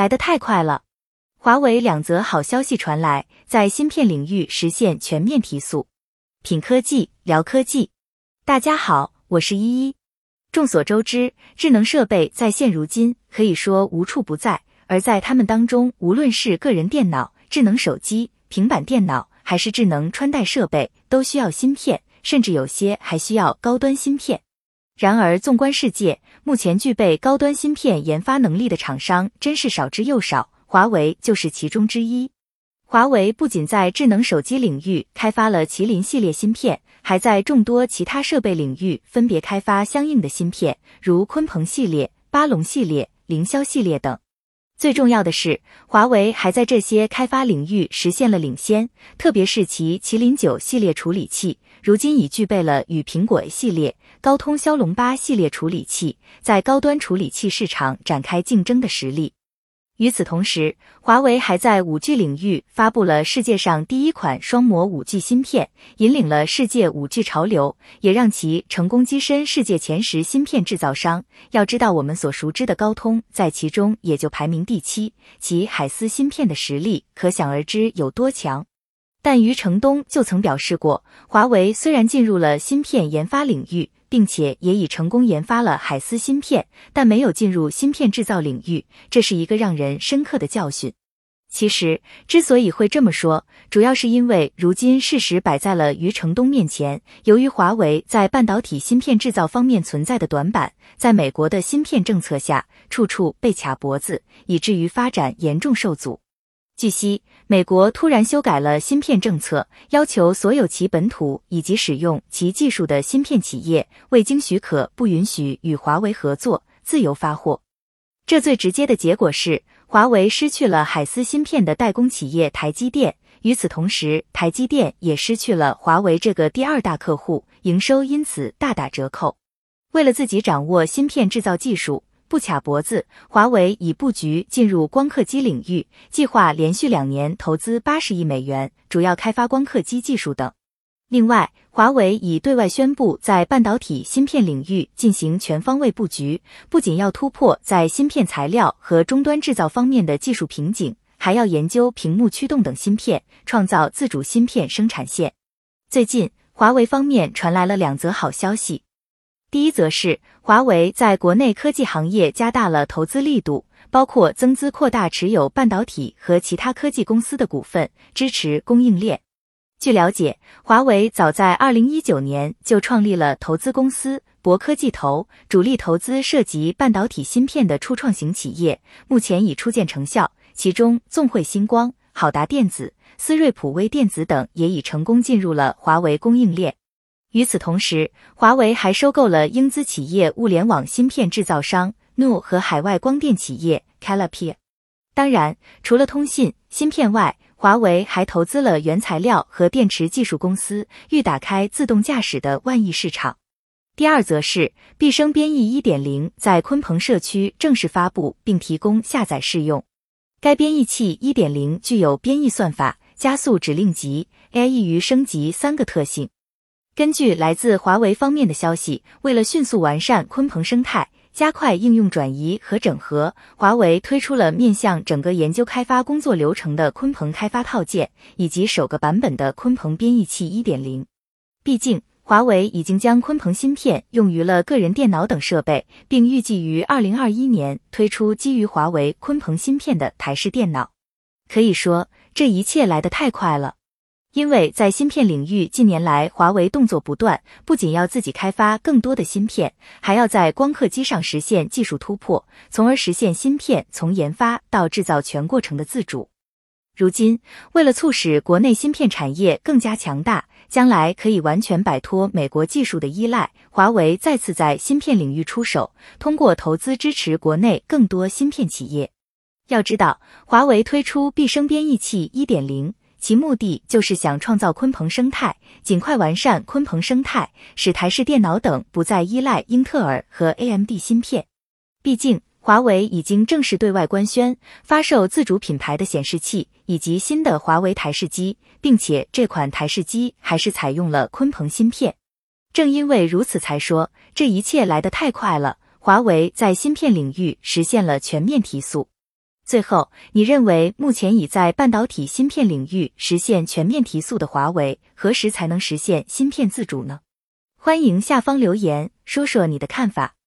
来得太快了。华为两则好消息传来，在芯片领域实现全面提速。品科技，聊科技。大家好，我是依依。众所周知，智能设备在现如今可以说无处不在，而在它们当中，无论是个人电脑、智能手机、平板电脑，还是智能穿戴设备，都需要芯片，甚至有些还需要高端芯片。然而，纵观世界，目前具备高端芯片研发能力的厂商真是少之又少，华为就是其中之一。华为不仅在智能手机领域开发了麒麟系列芯片，还在众多其他设备领域分别开发相应的芯片，如鲲鹏系列、巴龙系列、凌霄系列等。最重要的是，华为还在这些开发领域实现了领先，特别是其麒麟9系列处理器，如今已具备了与苹果 A 系列、高通骁龙8系列处理器在高端处理器市场展开竞争的实力。与此同时，华为还在 5G 领域发布了世界上第一款双模 5G 芯片，引领了世界 5G 潮流，也让其成功跻身世界前10芯片制造商。要知道，我们所熟知的高通在其中也就排名第7，其海思芯片的实力可想而知有多强。但余承东就曾表示过，华为虽然进入了芯片研发领域，并且也已成功研发了海思芯片，但没有进入芯片制造领域，这是一个让人深刻的教训。其实，之所以会这么说，主要是因为如今事实摆在了余承东面前，由于华为在半导体芯片制造方面存在的短板，在美国的芯片政策下，处处被卡脖子，以至于发展严重受阻。据悉，美国突然修改了芯片政策，要求所有其本土以及使用其技术的芯片企业未经许可不允许与华为合作，自由发货。这最直接的结果是，华为失去了海思芯片的代工企业台积电，与此同时，台积电也失去了华为这个第2大客户，营收因此大打折扣。为了自己掌握芯片制造技术，不卡脖子，华为已布局进入光刻机领域，计划连续2年投资80亿美元，主要开发光刻机技术等。另外，华为已对外宣布在半导体芯片领域进行全方位布局，不仅要突破在芯片材料和终端制造方面的技术瓶颈，还要研究屏幕驱动等芯片，创造自主芯片生产线。最近，华为方面传来了2则好消息。第一则是，华为在国内科技行业加大了投资力度，包括增资扩大持有半导体和其他科技公司的股份，支持供应链。据了解，华为早在2019年就创立了投资公司博科技投，主力投资涉及半导体芯片的初创型企业，目前已初见成效，其中纵汇星光、好达电子、思睿普微电子等也已成功进入了华为供应链。与此同时，华为还收购了英资企业物联网芯片制造商 NU 和海外光电企业 Calapia。当然，除了通信、芯片外，华为还投资了原材料和电池技术公司，欲打开自动驾驶的万亿市场。第二则是，毕生编译 1.0 在鲲鹏社区正式发布并提供下载试用。该编译器 1.0 具有编译算法、加速指令集、AI 易于升级3个特性。根据来自华为方面的消息，为了迅速完善鲲鹏生态，加快应用转移和整合，华为推出了面向整个研究开发工作流程的鲲鹏开发套件，以及首个版本的鲲鹏编译器 1.0。毕竟，华为已经将鲲鹏芯片用于了个人电脑等设备，并预计于2021年推出基于华为鲲鹏芯片的台式电脑。可以说，这一切来得太快了。因为在芯片领域，近年来华为动作不断，不仅要自己开发更多的芯片，还要在光刻机上实现技术突破，从而实现芯片从研发到制造全过程的自主。如今，为了促使国内芯片产业更加强大，将来可以完全摆脱美国技术的依赖，华为再次在芯片领域出手，通过投资支持国内更多芯片企业。要知道，华为推出毕生编译器 1.0，其目的就是想创造鲲鹏生态，尽快完善鲲鹏生态，使台式电脑等不再依赖英特尔和 AMD 芯片。毕竟，华为已经正式对外官宣，发售自主品牌的显示器以及新的华为台式机，并且这款台式机还是采用了鲲鹏芯片。正因为如此才说，这一切来得太快了，华为在芯片领域实现了全面提速。 最后，你认为目前已在半导体芯片领域实现全面提速的华为，何时才能实现芯片自主呢？欢迎下方留言，说说你的看法。